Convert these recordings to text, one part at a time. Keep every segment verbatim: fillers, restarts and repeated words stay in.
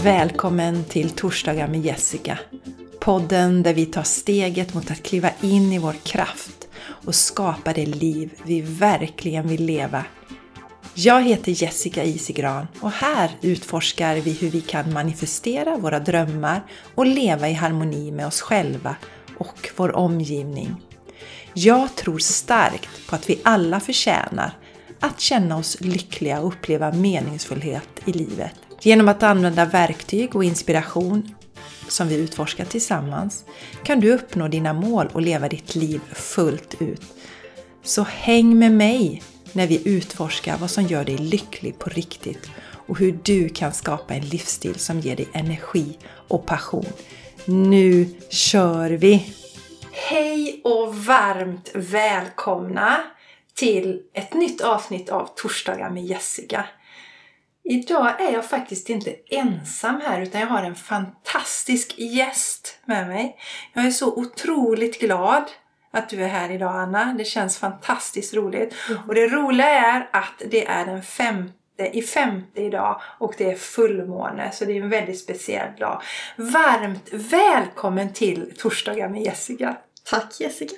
Välkommen till Torsdagar med Jessica. Podden där vi tar steget mot att kliva in i vår kraft och skapa det liv vi verkligen vill leva. Jag heter Jessica Isigran och här utforskar vi hur vi kan manifestera våra drömmar och leva i harmoni med oss själva och vår omgivning. Jag tror starkt på att vi alla förtjänar att känna oss lyckliga och uppleva meningsfullhet i livet. Genom att använda verktyg och inspiration som vi utforskar tillsammans kan du uppnå dina mål och leva ditt liv fullt ut. Så häng med mig när vi utforskar vad som gör dig lycklig på riktigt och hur du kan skapa en livsstil som ger dig energi och passion. Nu kör vi! Hej och varmt välkomna till ett nytt avsnitt av Torsdagar med Jessica. Idag är jag faktiskt inte ensam här utan jag har en fantastisk gäst med mig. Jag är så otroligt glad att du är här idag, Anna. Det känns fantastiskt roligt. Mm. Och det roliga är att det är den femte i femte idag och det är fullmåne. Så det är en väldigt speciell dag. Varmt välkommen till Torsdagar med Jessica. Tack Jessica.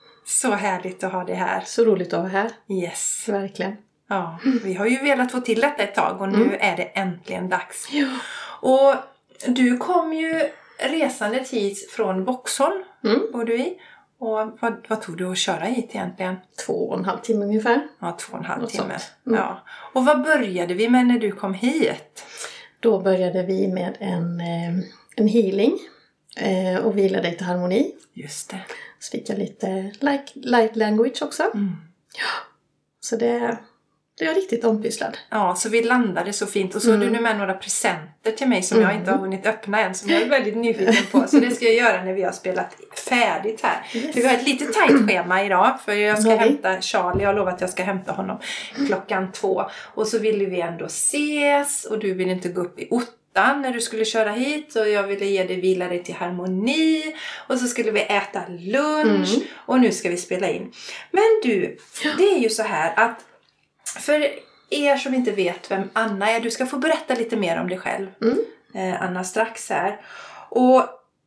Så härligt att ha dig här. Så roligt att vara här. Yes. Verkligen. Ja, vi har ju velat få till detta ett tag och nu mm. är det äntligen dags. Ja. Och du kom ju resande hit från Boxholm, mm. bor du i. Och vad, vad tog du att köra hit egentligen? Två och en halv timme ungefär. Ja, två och en halv Något timme. Mm. Ja. Och vad började vi med när du kom hit? Då började vi med en, en healing och vila dig till harmoni. Just det. Så fick jag lite light, light language också. Mm. Ja. Så det... Det är riktigt ompysslad. Ja, så vi landade så fint. Och så mm. har du nu med några presenter till mig som mm. jag inte har hunnit öppna än. Som jag är väldigt nyfiken på. Så det ska jag göra när vi har spelat färdigt här. Yes. För vi har ett lite tajt schema idag. För jag ska mm. hämta Charlie. Jag har lovat att jag ska hämta honom klockan två. Och så ville vi ändå ses. Och du ville inte gå upp i ottan när du skulle köra hit. Och jag ville ge dig vila dig till harmoni. Och så skulle vi äta lunch. Mm. Och nu ska vi spela in. Men du, det är ju så här att... För er som inte vet vem Anna är, du ska få berätta lite mer om dig själv, mm. eh, Anna, strax här. Och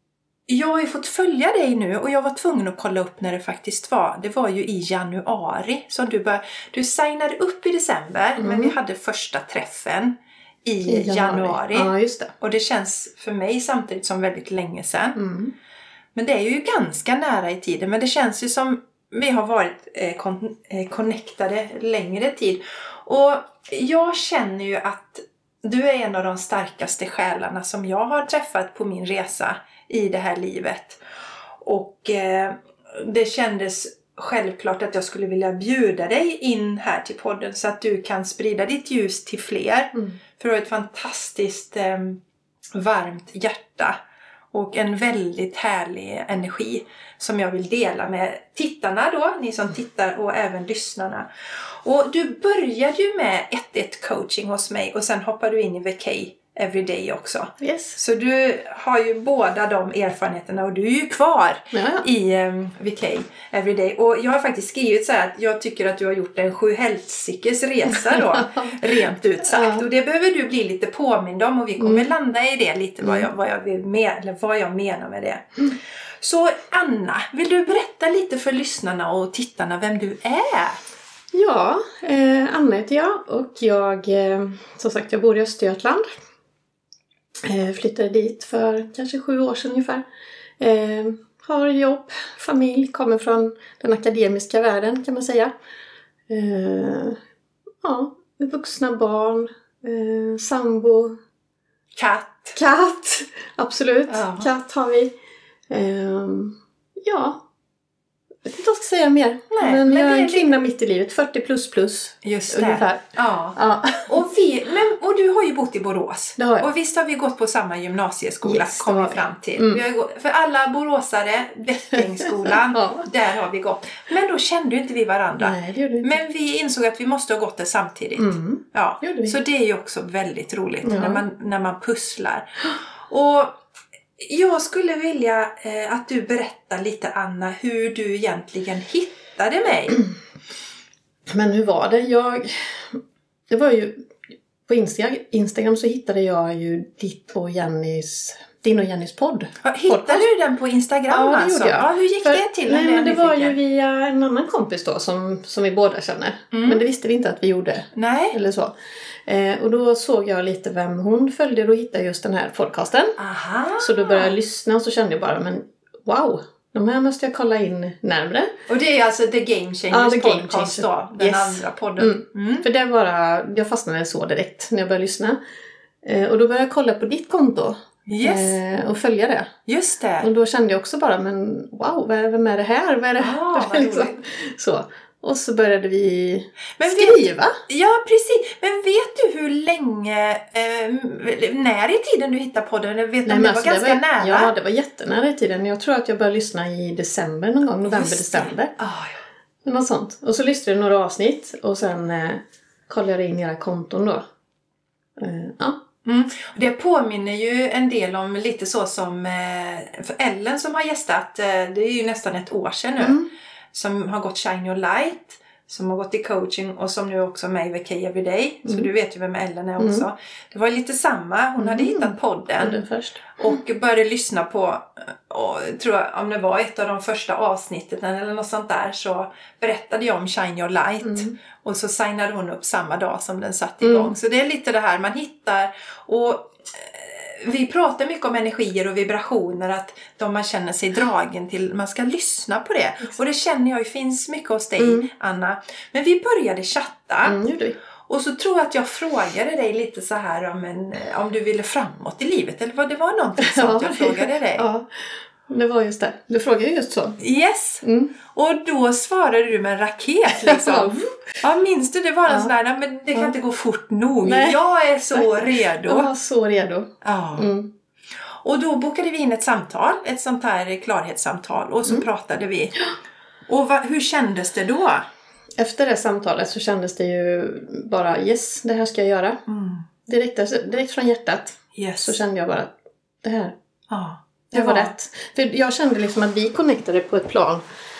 jag har ju fått följa dig nu och jag var tvungen att kolla upp när det faktiskt var. Det var ju i januari som du började, du signade upp i december, mm. men vi hade första träffen i, I januari. januari. Ja, just det. Och det känns för mig samtidigt som väldigt länge sedan. Mm. Men det är ju ganska nära i tiden, men det känns ju som... Vi har varit eh, kon- eh, connectade längre tid. Och jag känner ju att du är en av de starkaste själarna som jag har träffat på min resa i det här livet. Och eh, det kändes självklart att jag skulle vilja bjuda dig in här till podden. Så att du kan sprida ditt ljus till fler. Mm. För du har ett fantastiskt eh, varmt hjärta. Och en väldigt härlig energi som jag vill dela med tittarna då. Ni som tittar och även lyssnarna. Och du började ju med ett ett coaching hos mig. Och sen hoppade du in i V K Everyday också. Yes. Så du har ju båda de erfarenheterna. Och du är ju kvar ja. i um, V K Everyday. Och jag har faktiskt skrivit så här att jag tycker att du har gjort en sju helsikes resa då. Rent ut sagt. Ja. Och det behöver du bli lite påmind om. Och vi kommer mm. landa i det lite. Vad jag, vad jag, vill med, eller vad jag menar med det. Mm. Så Anna, vill du berätta lite för lyssnarna och tittarna vem du är? Ja, eh, Anna heter jag. Och jag, eh, som sagt, jag bor i Östergötland. Eh, flyttade dit för kanske sju år sedan ungefär. Eh, har jobb, familj, kommer från den akademiska världen kan man säga. Eh, ja, vuxna barn, eh, sambo. Katt. Katt, absolut. Ja. Katt har vi. Eh, ja. Jag vet inte vad jag ska säga mer. Nej, men, men jag är en lite... kvinna mitt i livet. fyrtio plus plus. Just det. Ungefär. Ja. ja. Och, vi, men, och du har ju bott i Borås. Det har jag. Och visst har vi gått på samma gymnasieskola. Yes, kom vi fram till. Mm. Vi har gått, för alla boråsare, Bäckingskolan. ja. Där har vi gått. Men då kände ju inte vi varandra. Nej, det gjorde vi inte. Men vi insåg att vi måste ha gått det samtidigt. Mm. Ja. Gjorde vi. Så det är ju också väldigt roligt. Ja. När, man, när man pusslar. Och... Jag skulle vilja eh, att du berättar lite, Anna, hur du egentligen hittade mig. Men hur var det? Jag, det var ju på Insta- Instagram så hittade jag ju ditt och Jennys, din och Jennys podd. Hittade podcast. Du den på Instagram? Ja, det alltså? gjorde jag. Ja, hur gick För, det till? Nej, men det var ju via en annan kompis då som, som vi båda känner. Mm. Men det visste vi inte att vi gjorde. Nej. Eller så. Eh, och då såg jag lite vem hon följde och då hittade jag just den här podcasten. Aha. Så då började jag lyssna och så kände jag bara, men wow, de här måste jag kolla in närmare. Och det är alltså The Game Changers ja, The Game podcast Changers. Då, den yes. andra podden. Mm. Mm. För det bara, jag fastnade så direkt när jag började lyssna. Eh, och då började jag kolla på ditt konto. Yes. Eh, och följa det. Just det. Och då kände jag också bara, men wow, vem är det här? Vad är det här? Ah, vad liksom. Så. Och så började vi men skriva. Vet, ja, precis. Men vet du hur länge, eh, när i tiden du hittade podden? Vet Nej, det alltså var ganska det var, nära. Ja, det var jättenära i tiden. Jag tror att jag började lyssna i december någon gång. November, december. Ah, ja. Något sånt. Och så lyssnade jag några avsnitt. Och sen eh, kollade jag in era konton då. Eh, ja. Mm. Det påminner ju en del om lite så som eh, för Ellen som har gästat, eh, det är ju nästan ett år sedan nu. Mm. Som har gått Shine Your Light, som har gått i coaching och som nu också är med i V K Everyday. Mm. Så du vet ju vem Ellen är också. Mm. Det var lite samma. Hon mm. hade hittat podden. Mm. Först. Och började lyssna på, och, tror jag, om det var ett av de första avsnitten eller något sånt där. Så berättade jag om Shine Your Light. Mm. Och så signade hon upp samma dag som den satt igång. Mm. Så det är lite det här man hittar. Och vi pratar mycket om energier och vibrationer, att de man känner sig dragen till, man ska lyssna på det. Exakt. Och det känner jag ju finns mycket hos dig, mm. Anna. Men vi började chatta. Mm, gjorde vi. Och så tror jag att jag frågade dig lite så här om, en, om du ville framåt i livet. Eller vad det var någonting sånt jag frågade dig. Ja, det var just det. Du frågade just så. Yes. Mm. Och då svarade du med en raket liksom. Ja, minns du? Det var en ja. sån där, men det kan ja. inte gå fort nog. Nej. Jag är så redo. Jag var så redo. Ja. Mm. Och då bokade vi in ett samtal. Ett sånt här klarhetssamtal. Och så mm. pratade vi. Och va, hur kändes det då? Efter det samtalet så kändes det ju bara, yes, det här ska jag göra. Mm. Direkt, direkt från hjärtat. Yes. Så kände jag bara, det här. Ja. Det var rätt. För jag kände liksom att vi connectade på ett plan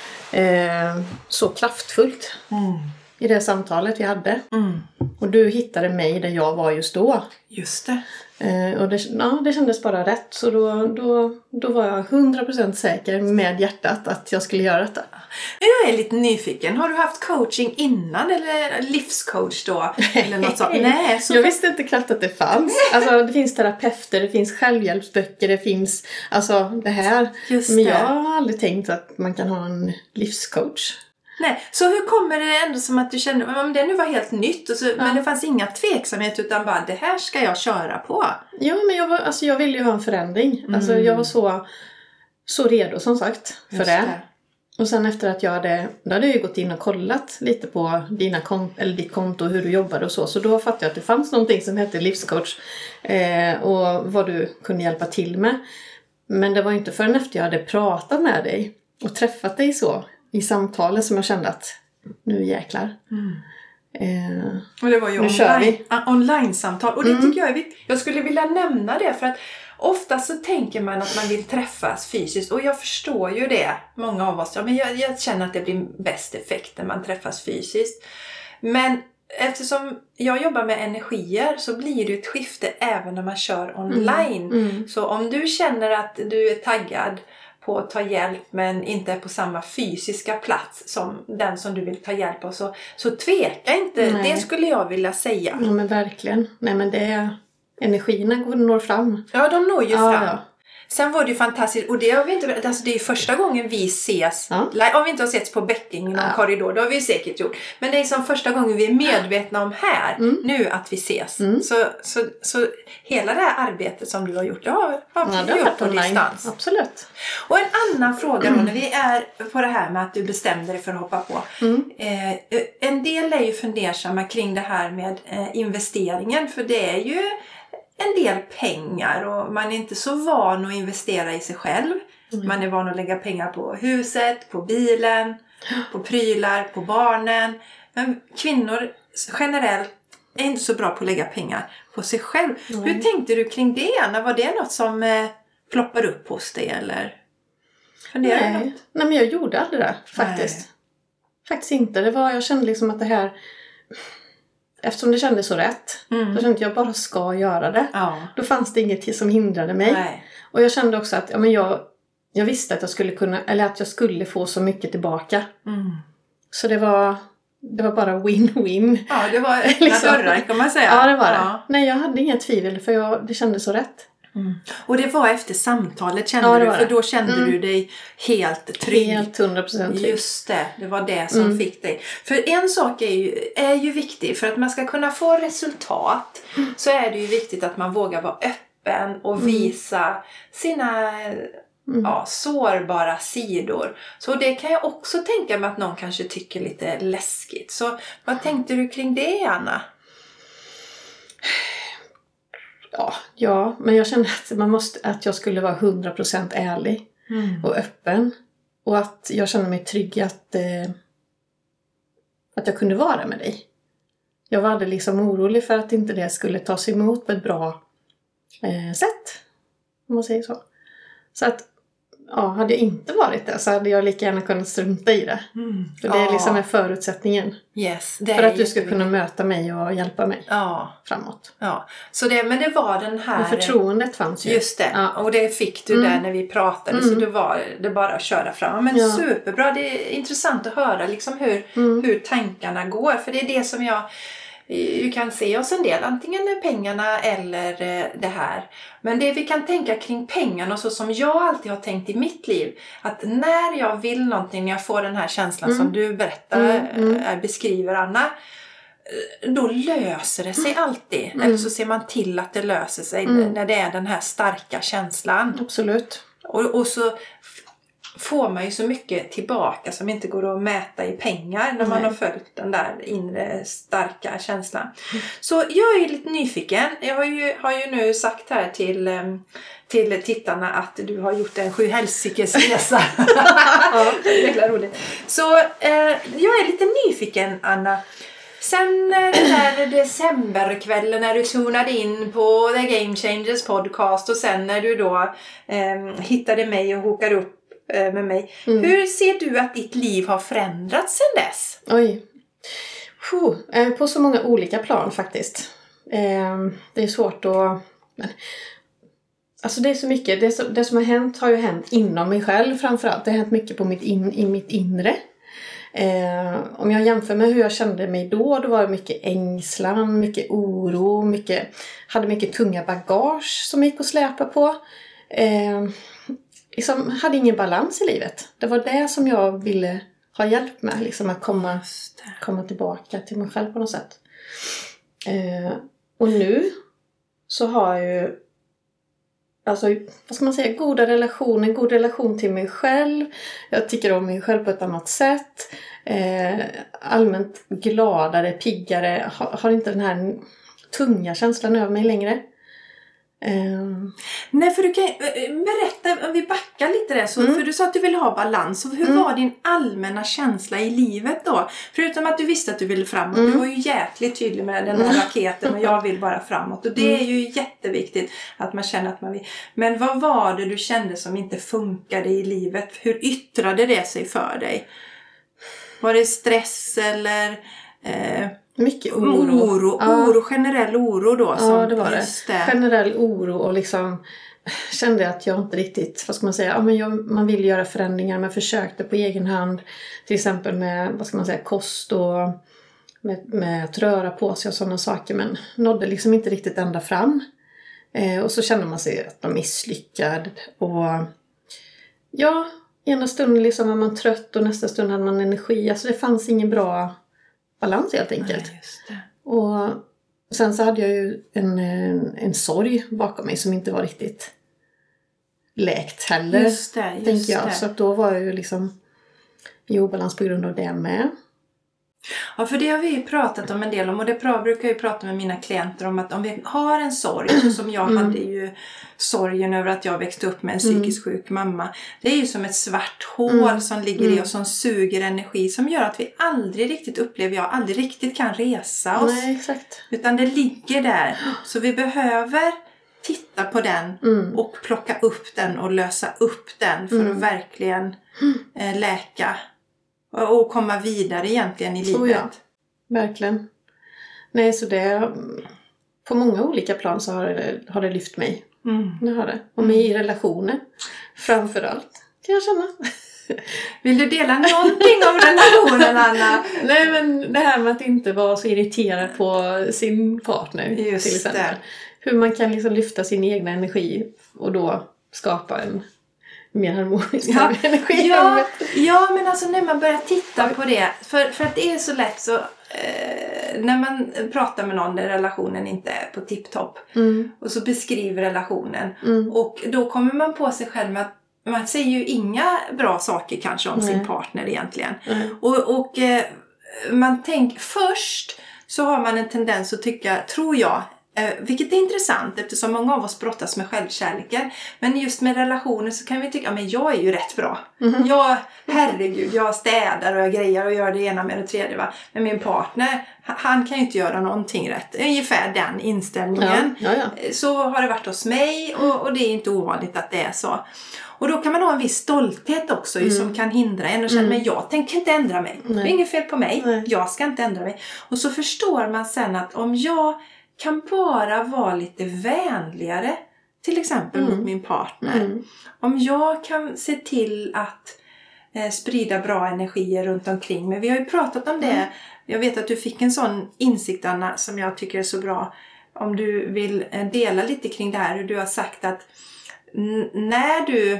eh, så kraftfullt mm. i det samtalet vi hade. Mm. Och du hittade mig där jag var just då. Just det. Eh, och det, ja, det kändes bara rätt. Så då, då, då var jag hundra procent säker med hjärtat att jag skulle göra detta. Jag är lite nyfiken. Har du haft coaching innan eller livscoach då? Eller något sånt? Nej, så jag visste inte knappt att det fanns. Alltså det finns terapeuter, det finns självhjälpsböcker, det finns alltså det här. Just Men det. jag har aldrig tänkt att man kan ha en livscoach. Nej, så hur kommer det ändå som att du kände, om det nu var helt nytt och så, ja. men det fanns inga tveksamhet utan bara, det här ska jag köra på? Ja, men jag, var, alltså, jag ville ju ha en förändring. Mm. Alltså jag var så, så redo som sagt för det. det. Och sen efter att jag hade, då hade jag ju gått in och kollat lite på dina kont- eller ditt konto, hur du jobbade och så. Så då fattade jag att det fanns någonting som hette livscoach eh, och vad du kunde hjälpa till med. Men det var inte förrän efter jag hade pratat med dig och träffat dig så i samtalet som jag kände att nu jäklar. Mm. Eh, och det var ju online, online-samtal. Och det mm. tycker jag är viktigt. Jag skulle vilja nämna det för att ofta så tänker man att man vill träffas fysiskt. Och jag förstår ju det, många av oss. Ja, men jag, jag känner att det blir bäst effekt när man träffas fysiskt. Men eftersom jag jobbar med energier så blir det ett skifte även när man kör online. Mm. Mm. Så om du känner att du är taggad på att ta hjälp men inte är på samma fysiska plats som den som du vill ta hjälp av, så, så tveka inte. Nej. Det skulle jag vilja säga. Ja, men verkligen. Nej, men det är energierna går når fram. Ja, de når ju ja, fram. Ja. Sen var det ju fantastiskt, och det har vi inte, alltså det är ju första gången vi ses, ja. om vi inte har setts på bäcking i någon ja. korridor, då har vi säkert gjort. Men det är som första gången vi är medvetna om här, mm. nu att vi ses. Mm. Så, så, så hela det här arbetet som du har gjort, det har, har vi ja, gjort på online. Distans. Absolut. Och en annan fråga då, när vi är på det här med att du bestämde dig för att hoppa på. Mm. Eh, en del är ju fundersamma kring det här med eh, investeringen, för det är ju en del pengar och man är inte så van att investera i sig själv. Mm. Man är van att lägga pengar på huset, på bilen, på prylar, på barnen. Men kvinnor generellt är inte så bra på att lägga pengar på sig själv. Mm. Hur tänkte du kring det, Anna? Var det något som eh, ploppar upp hos dig eller? Nej. Något? Nej, men jag gjorde aldrig det faktiskt. Nej. Faktiskt inte. Det var, jag kände liksom att det här... eftersom det kändes så rätt. Mm. Då kände jag bara ska göra det. Ja. Då fanns det inget som hindrade mig. Nej. Och jag kände också att ja, men jag, jag visste att jag skulle kunna, eller att jag skulle få så mycket tillbaka. Mm. Så det var, det var bara win-win. Ja, det var öppna liksom. Dörrar kan man säga. Ja, det var det. Ja. Nej, jag hade inga tvivel för jag, det kändes så rätt. Mm. Och det var efter samtalet kände ja, du, för då kände mm. du dig helt trygg. Helt hundra procent trygg. Just det, det var det som mm. fick dig. För en sak är ju, är ju viktig, för att man ska kunna få resultat mm. så är det ju viktigt att man vågar vara öppen och mm. visa sina mm. ja, sårbara sidor. Så det kan jag också tänka mig att någon kanske tycker lite läskigt. Så vad tänkte du kring det, Anna? Ja, ja, men jag kände att, man måste, att jag skulle vara hundra procent ärlig mm. och öppen. Och att jag kände mig trygg att, eh, att jag kunde vara med dig. Jag var aldrig liksom orolig för att inte det skulle tas emot på ett bra eh, sätt. Om man säger så. Så att, ja, hade jag inte varit det så hade jag lika gärna kunnat strunta i det. Mm. För det är liksom en förutsättningen. Yes, det för att du ska kunna möta mig och hjälpa mig ja. framåt. Ja, så det, men det var den här... Och förtroendet fanns ju. Just det, ja. Och det fick du mm. där när vi pratade. Mm. Så det var det bara att köra fram. Men ja. Superbra, det är intressant att höra liksom hur, mm. hur tankarna går. För det är det som jag... Du kan se oss en del, antingen pengarna eller det här. Men det vi kan tänka kring pengarna, och så som jag alltid har tänkt i mitt liv, att när jag vill någonting, när jag får den här känslan mm. som du berättar, mm. Mm. beskriver, Anna, då löser det sig alltid. Mm. Eller så ser man till att det löser sig mm. när det är den här starka känslan. Absolut. Och, och så får man ju så mycket tillbaka som inte går att mäta i pengar när man Nej. Har följt den där inre starka känslan. Mm. Så jag är ju lite nyfiken. Jag har ju, har ju nu sagt här till, till tittarna att du har gjort en sju helsikes resa. Ja, det är roligt. Så eh, jag är lite nyfiken, Anna. Sen den där decemberkvällen när du tonade in på The Game Changers podcast, och sen när du då eh, hittade mig och hokade upp med mig. Mm. Hur ser du att ditt liv har förändrats sedan dess? Oj. Puh, på så många olika plan faktiskt. Det är svårt att... Alltså det är så mycket. Det som, det som har hänt har ju hänt inom mig själv framförallt. Det har hänt mycket på mitt in, i mitt inre. Om jag jämför med hur jag kände mig då, då var det mycket ängslan, mycket oro, mycket, hade mycket tunga bagage som jag gick och släpa på. Liksom hade ingen balans i livet. Det var det som jag ville ha hjälp med. Liksom att komma, komma tillbaka till mig själv på något sätt. Eh, och nu så har jag ju, alltså, vad ska man säga, goda relationer, god relation till mig själv. Jag tycker om mig själv på ett annat sätt. Eh, allmänt gladare, piggare. Har, har inte den här tunga känslan över mig längre. Um. Nej, för du kan berätta, om vi backar lite där så, mm. för du sa att du ville ha balans, och hur mm. var din allmänna känsla i livet då? Förutom att du visste att du ville framåt, mm. du var ju jäkligt tydlig med den här mm. raketen och jag vill bara framåt, och det är ju jätteviktigt att man känner att man vill. Men vad var det du kände som inte funkade i livet? Hur yttrade det sig för dig? Var det stress eller... Eh, Mycket oro. Oro, ja. oro, generell oro då. Som ja, det var det. det. Generell oro, och liksom kände att jag inte riktigt, vad ska man säga, ja, men jag, man vill göra förändringar, men försökte på egen hand. Till exempel med, vad ska man säga, kost och med, med att röra på sig och sådana saker, men nådde liksom inte riktigt ända fram. Eh, och så kände man sig att man misslyckad. Och ja, ena stunden liksom var man trött och nästa stund hade man energi. Alltså det fanns ingen bra balans helt enkelt. Nej, just det. Och sen så hade jag ju en, en, en sorg bakom mig som inte var riktigt läkt heller. Just det, just tänker jag. det. Så att då var jag ju liksom i obalans på grund av det med. Ja, för det har vi ju pratat om en del om, och det brukar jag ju prata med mina klienter om, att om vi har en sorg, så som jag mm. hade ju sorgen över att jag växte upp med en psykiskt sjuk mamma. Det är ju som ett svart hål mm. som ligger mm. i och som suger energi, som gör att vi aldrig riktigt upplever, jag aldrig riktigt kan resa oss. Nej, exakt. Utan det ligger där. Så vi behöver titta på den mm. och plocka upp den och lösa upp den för mm. att verkligen eh, läka. Och komma vidare egentligen i livet. Oh ja, verkligen. Nej, så det... På många olika plan så har det, har det lyft mig. Mm. Det har det. Och mig i relationer. Framförallt. Kan jag känna. Vill du dela någonting om relationen, Anna? Nej, men det här med att inte vara så irriterad på sin partner. Just till exempel. det. Hur man kan liksom lyfta sin egna energi. Och då skapa en mer harmonisk ja. energi. Ja, ja, men alltså när man börjar titta på det. För, för att det är så lätt så... Eh, när man pratar med någon där relationen inte är på tipptopp. Mm. Och så beskriver relationen. Mm. Och då kommer man på sig själv med att man säger ju inga bra saker kanske om Nej. sin partner egentligen. Mm. Och, och eh, man tänker först så har man en tendens att tycka, tror jag, eh, vilket är intressant eftersom många av oss brottas med självkärleken. Men just med relationer så kan vi tycka, men jag är ju rätt bra. Mm. Jag, herregud, jag städar och jag grejer och gör det ena med det tredje. Va? Men min partner, han kan ju inte göra någonting rätt. Ungefär den inställningen. Ja, ja, ja. Så har det varit hos mig och, och det är inte ovanligt att det är så. Och då kan man ha en viss stolthet också mm. som kan hindra en och känna, mm. men jag tänker inte ändra mig. Nej. Det är inget fel på mig. Nej. Jag ska inte ändra mig. Och så förstår man sen att om jag kan bara vara lite vänligare, till exempel mm. mot min partner. Mm. Om jag kan se till att eh, sprida bra energier runt omkring mig. Vi har ju pratat om det. Mm. Jag vet att du fick en sån insikt, Anna, som jag tycker är så bra. Om du vill eh, dela lite kring det här. Hur du har sagt att n- när du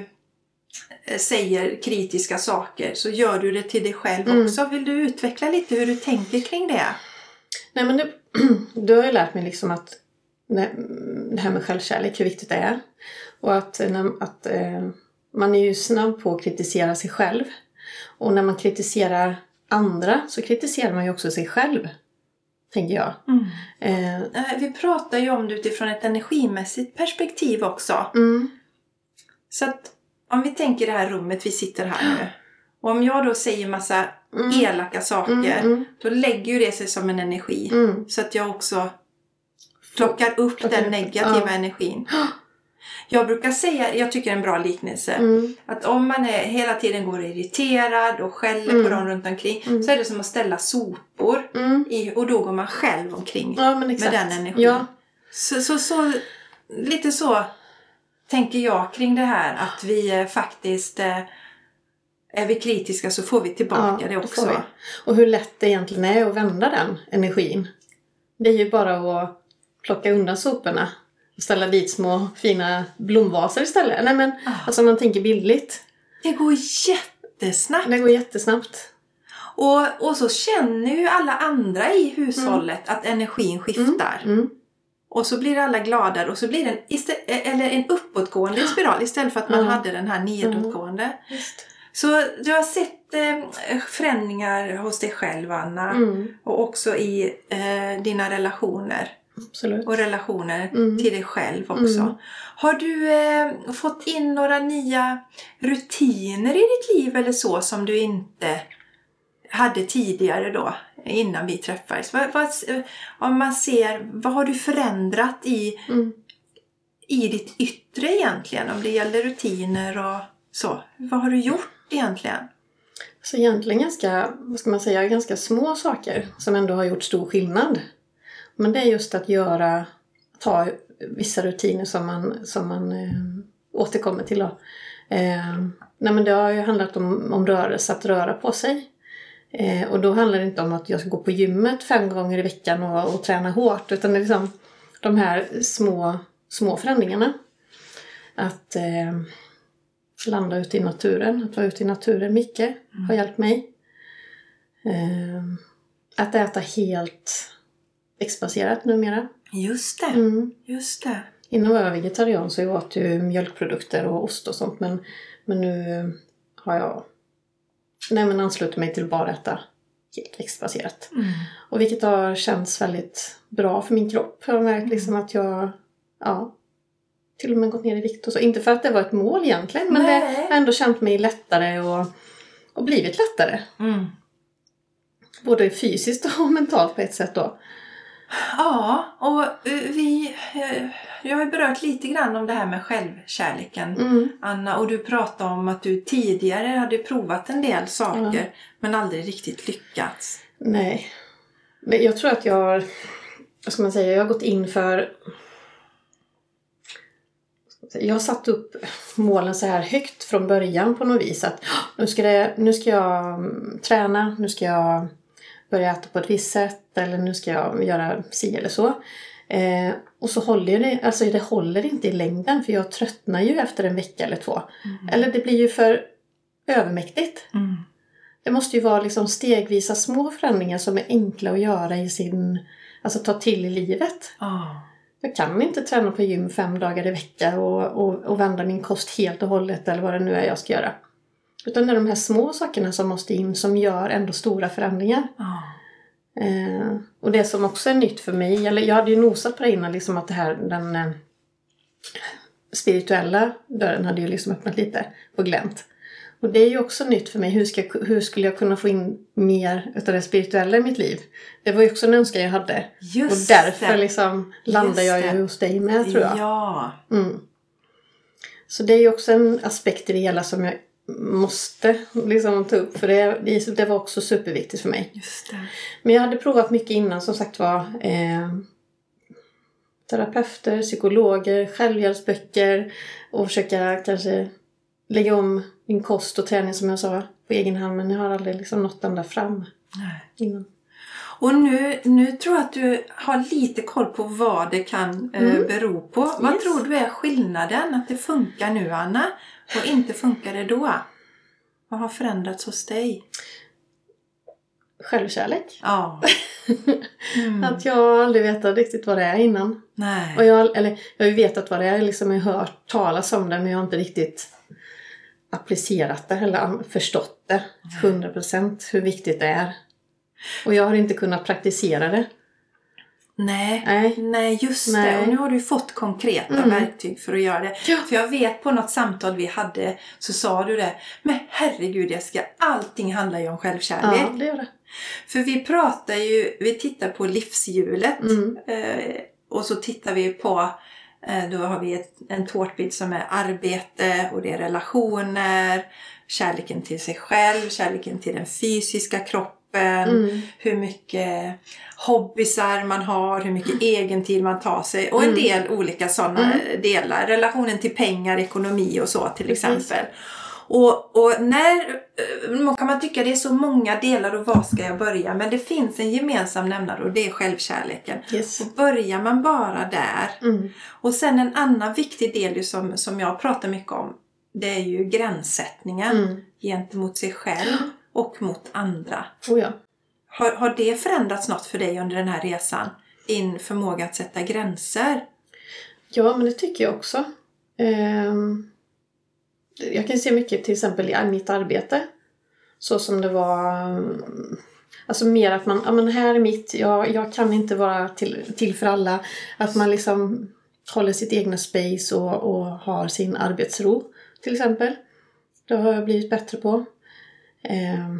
säger kritiska saker så gör du det till dig själv mm. också. Vill du utveckla lite hur du tänker kring det? Nej, men det, du har ju lärt mig liksom att det här med självkärlek, hur viktigt det är. Och att, att eh, man är ju snabb på att kritisera sig själv. Och när man kritiserar andra så kritiserar man ju också sig själv. Tänker jag. Mm. Eh, Vi pratar ju om det utifrån ett energimässigt perspektiv också. Mm. Så att om vi tänker det här rummet vi sitter här nu. Och om jag då säger massa mm. elaka saker. Mm, mm. Då lägger ju det sig som en energi. Mm. Så att jag också plockar upp Plockar den negativa ja. energin. Jag brukar säga, jag tycker det är en bra liknelse. Mm. Att om man är, hela tiden går irriterad och skäller mm. på dem runt omkring. Mm. Så är det som att ställa sopor. Mm. I, och då går man själv omkring ja, men med den energin. Ja. Så, så, så lite så tänker jag kring det här. Att vi faktiskt... Är vi kritiska så får vi tillbaka ja, det också. Det och hur lätt det egentligen är att vända den energin. Det är ju bara att plocka undan soporna. Och ställa dit små fina blomvaser istället. Nej men, ah. alltså man tänker billigt. Det går jättesnabbt. Det går jättesnabbt. Och, och så känner ju alla andra i hushållet mm. att energin skiftar. Mm. Mm. Och så blir alla glada och så blir det en, istä- eller en uppåtgående spiral istället för att man mm. hade den här nedåtgående. Mm. Just. Så du har sett eh, förändringar hos dig själv, Anna. Mm. Och också i eh, dina relationer. Absolut. Och relationer mm. till dig själv också. Mm. Har du eh, fått in några nya rutiner i ditt liv eller så som du inte hade tidigare då? Innan vi träffades. Vad, vad, om man ser, vad har du förändrat i, mm. i ditt yttre egentligen? Om det gäller rutiner och så. Vad har du gjort egentligen? Så egentligen ganska, vad ska man säga, ganska små saker som ändå har gjort stor skillnad. Men det är just att göra, ta vissa rutiner som man, som man eh, återkommer till då. Eh, nej men det har ju handlat om, om rörelse, att röra på sig. Eh, och då handlar det inte om att jag ska gå på gymmet fem gånger i veckan och, och träna hårt. Utan det är liksom de här små, små förändringarna. Att eh, landa ute i naturen. Att vara ute i naturen mycket mm. har hjälpt mig. Eh, att äta helt växtbaserat numera. Just det. Mm. Just det. Innan var jag vegetarian så jag åt ju mjölkprodukter och ost och sånt. Men, men nu har jag nej, men anslutit mig till bara äta helt växtbaserat. Mm. Och vilket har känts väldigt bra för min kropp. Jag har märkt liksom att jag ja, till och med gått ner i vikt och så. Inte för att det var ett mål egentligen. Men nej. Det har ändå känt mig lättare och, och blivit lättare. Mm. Både fysiskt och mentalt på ett sätt då. Ja, och vi, jag har berört lite grann om det här med självkärleken, mm. Anna. Och du pratade om att du tidigare hade provat en del saker, mm. men aldrig riktigt lyckats. Nej, jag tror att jag har, vad ska man säga, jag har gått in för... Jag har satt upp målen så här högt från början på något vis. Att nu ska, det, nu ska jag träna, nu ska jag börja äta på ett visst sätt. Eller nu ska jag göra si eller så. Eh, och så håller det, alltså det håller inte i längden. För jag tröttnar ju efter en vecka eller två. Mm. Eller det blir ju för övermäktigt. Mm. Det måste ju vara liksom stegvisa små förändringar som är enkla att göra i sin... Alltså ta till i livet. Oh. Jag kan inte träna på gym fem dagar i veckan och, och, och vända min kost helt och hållet eller vad det nu är jag ska göra. Utan det är de här små sakerna som måste in som gör ändå stora förändringar. Oh. Eh, och det som också är nytt för mig, eller jag hade ju nosat på det innan liksom att det här, den eh, spirituella dörren hade ju liksom öppnat lite på glänt. Och det är ju också nytt för mig. Hur, ska, hur skulle jag kunna få in mer av det spirituella i mitt liv? Det var ju också en önskan jag hade. Just och därför det. liksom landar jag ju hos dig med, tror jag. Ja. Mm. Så det är ju också en aspekt i det hela som jag måste liksom ta upp. För det, det var också superviktigt för mig. Just det. Men jag hade provat mycket innan, som sagt var. Eh, terapeuter, psykologer, självhjälpsböcker. Och försöka kanske... lägga om min kost och träning som jag sa på egen hand. Men jag har aldrig liksom nått ända fram. Nej. Innan. Och nu, nu tror jag att du har lite koll på vad det kan eh, mm. bero på. Yes. Vad tror du är skillnaden? Att det funkar nu, Anna, och inte funkar det då? Vad har förändrats hos dig? Självkärlek. Ja. Mm. Att jag aldrig vetat riktigt vad det är innan. Nej. Och jag, eller, jag har ju vetat vad det är. Liksom jag har hört talas om det, men jag har inte riktigt applicerat det eller förstått det hundra procent hur viktigt det är. Och jag har inte kunnat praktisera det. Nej, nej, nej just nej. det. Och nu har du fått konkreta mm. verktyg för att göra det. Ja. För jag vet på något samtal vi hade så sa du det. Men herregud, jag ska, allting handlar ju om självkärlek. Ja, det gör det. För vi pratar ju, vi tittar på livshjulet. Mm. Eh, och så tittar vi på, eh, då har vi ett, en tårtbit som är arbete och det är relationer. Kärleken till sig själv, kärleken till den fysiska kroppen. Mm. Hur mycket hobbysar man har, hur mycket egentid man tar sig och en mm. del olika sådana mm. delar. Relationen till pengar, ekonomi och så till Precis. exempel. Och, och när kan man tycka det är så många delar och var ska jag börja? Men det finns en gemensam nämnare och det är självkärleken. Yes. Och börjar man bara där. Mm. Och sen en annan viktig del som, som jag pratar mycket om, det är ju gränssättningen mm. gentemot sig själv och mot andra. Oh ja. Har, har det förändrats något för dig under den här resan? In förmåga att sätta gränser? Ja, men det tycker jag också. Um, jag kan se mycket till exempel i mitt arbete. Så som det var... Um, alltså mer att man, ja men här är mitt, jag, jag kan inte vara till, till för alla. Att man liksom håller sitt egna space och, och har sin arbetsro till exempel. Det har jag blivit bättre på. Um,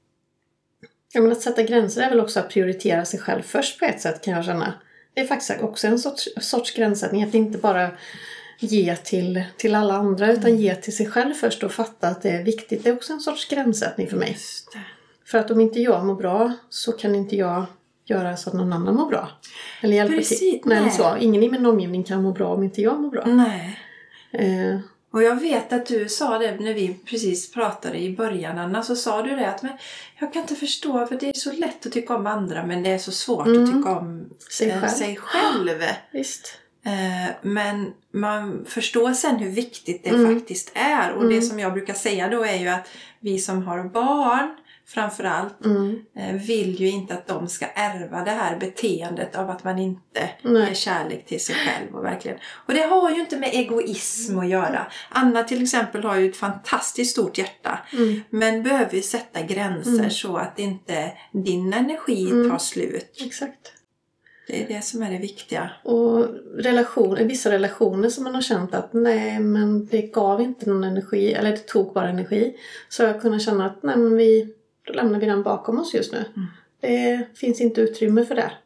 Ja, men att sätta gränser är väl också att prioritera sig själv först på ett sätt, kan jag känna. Det är faktiskt också en sorts, sorts gränssättning. Att inte bara ge till, till alla andra mm. utan ge till sig själv först och fatta att det är viktigt. Det är också en sorts gränssättning för mig. Just det. För att om inte jag mår bra så kan inte jag göra så att någon annan mår bra. Eller hjälpa Precis, till. nej. Men så, ingen i min omgivning kan må bra om inte jag mår bra. Nej. Eh, Och jag vet att du sa det när vi precis pratade i början, Anna, så sa du det att men jag kan inte förstå, för det är så lätt att tycka om andra men det är så svårt mm. att tycka om sig själv. Sig själv. Visst. Eh, men man förstår sen hur viktigt det mm. faktiskt är. Och mm. det som jag brukar säga då är ju att vi som har barn framförallt mm. eh, vill ju inte att de ska ärva det här beteendet av att man inte Nej. ger kärlek till sig själv. Och, verkligen. och det har ju inte med egoism att göra. Anna till exempel har ju ett fantastiskt stort hjärta. Mm. Men behöver ju sätta gränser mm. så att inte din energi mm. tar slut. Exakt. Det är det som är det viktiga. Och relationer, vissa relationer som man har känt att nej, men det gav inte någon energi, eller det tog bara energi. Så jag kunde känna att nej, men vi, då lämnar vi den bakom oss just nu. Mm. Det finns inte utrymme för det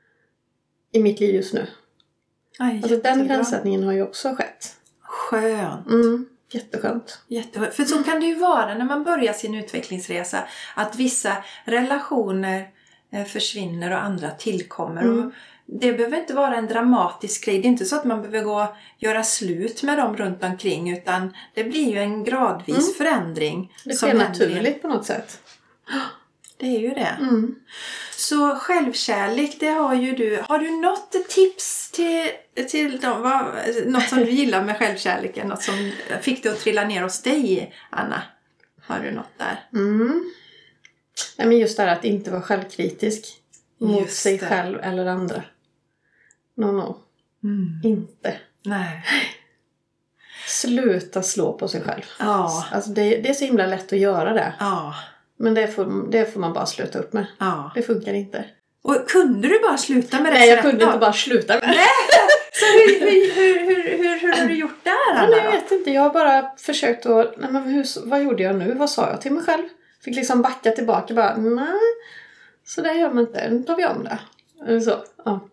i mitt liv just nu. Aj, alltså den gränssättningen har ju också skett. Skönt. Mm, jätteskönt. Jätteskönt. För så kan det ju vara när man börjar sin utvecklingsresa. Att vissa relationer eh, försvinner och andra tillkommer. Mm. Och det behöver inte vara en dramatisk grej. Det är inte så att man behöver gå och göra slut med dem runt omkring. Utan det blir ju en gradvis mm. förändring. Det sker naturligt på något sätt. Det är ju det. Mm. Så självkärlek, det har ju du. Har du något tips till, till dem? Vad, något som du gillar med självkärleken? Något som fick dig att trilla ner hos dig, Anna? Har du något där? Mm. Nej, men just det här att inte vara självkritisk mot Just sig det. själv eller andra. No, no. Mm. Inte. Nej. Sluta slå på sig själv. Ja. Alltså det, det är så himla lätt att göra det. Ja. Men det får, det får man bara sluta upp med. Ja. Det funkar inte. Och kunde du bara sluta med det? Nej, jag så kunde rätt inte bara sluta med det. Nej. Så hur, hur, hur, hur, hur, hur har du gjort där, Anna? Nej, jag vet inte. Jag har bara försökt att... Nej, men hur, vad gjorde jag nu? Vad sa jag till mig själv? Fick liksom backa tillbaka. Bara, nej. Så där gör man inte. Nu tar vi om det. Eller så. Ja.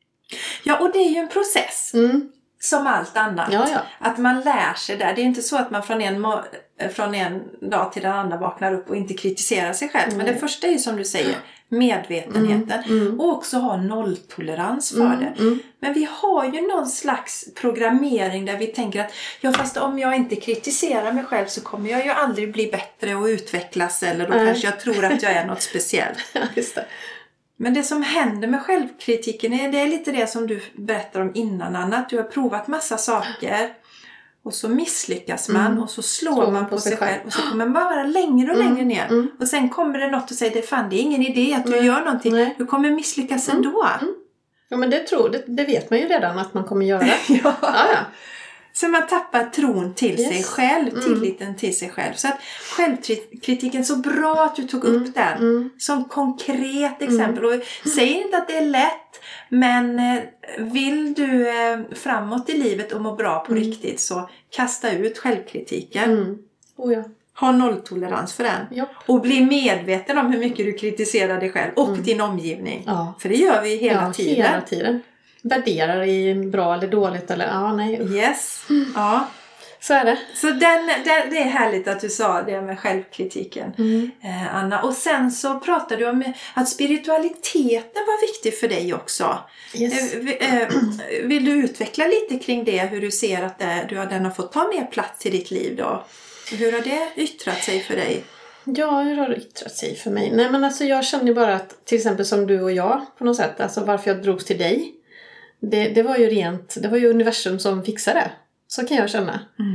Ja, och det är ju en process. Mm. Som allt annat. Ja, ja. Att man lär sig där. Det är inte så att man från en, må- från en dag till den andra vaknar upp och inte kritiserar sig själv. Mm. Men det första är ju som du säger, medvetenheten. Mm, mm. Och också ha nolltolerans för Mm, det. mm. Men vi har ju någon slags programmering där vi tänker att ja, fast om jag inte kritiserar mig själv så kommer jag ju aldrig bli bättre och utvecklas. Eller då Nej. kanske jag tror att jag är något speciellt. Ja, just det. Men det som händer med självkritiken är, det är lite det som du berättar om innan, Anna. Att du har provat massa saker och så misslyckas man Mm. och så slår, slår man på sig själv. själv. Och så kommer man bara vara längre och Mm. längre ner. Mm. Och sen kommer det något och säger, det fan, det är ingen idé att du Nej. gör någonting. Nej. Du kommer misslyckas Mm. ändå. Mm. Ja, men det, tror, det, det vet man ju redan att man kommer göra. Ja. Ja, ja. Så man tappar tron till Yes. sig själv, Mm. tilliten till sig själv. Så att självkritiken, så bra att du tog Mm. upp den Mm. som konkret exempel. Och säg inte att det är lätt, men eh, vill du eh, framåt i livet och må bra på Mm. riktigt, så kasta ut självkritiken. Mm. Oh, ja. Ha nolltolerans för den. Ja. Och bli medveten om hur mycket du kritiserar dig själv och Mm. din omgivning. Ja. För det gör vi hela ja, tiden. hela tiden. Värderar i bra eller dåligt eller ja, nej. Yes. Ja. Så är det. Så den, den, det är härligt att du sa det med självkritiken, Mm. eh, Anna. Och sen så pratade du om att spiritualiteten var viktig för dig också. Yes. Eh, vi- eh, vill du utveckla lite kring det? Hur du ser att det, du har, den har fått ta mer plats i ditt liv då? Hur har det yttrat sig för dig? Ja, hur har det yttrat sig för mig? Nej, men alltså jag känner ju bara att till exempel som du och jag på något sätt, alltså varför jag drogs till dig. Det, det var ju rent, det var ju universum som fixade det. Så kan jag känna. Mm.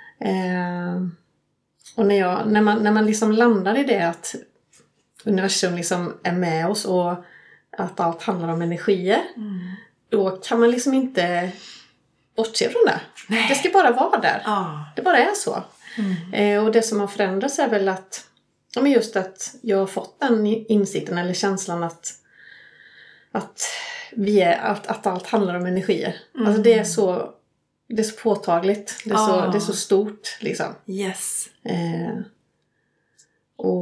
Eh, och när, jag, när, man, när man liksom landar i det att universum liksom är med oss och att allt handlar om energier. Mm. Då kan man liksom inte bortse från det. Nej. Det ska bara vara där. Ja. Det bara är så. Mm. Eh, och det som har förändrats är väl att ja, men just att jag har fått den insikten eller känslan att att, vi är, att, att allt handlar om energier. Mm. Alltså det är så det är så påtagligt. Det är, Ah. så, det är så stort liksom. Yes. Eh, och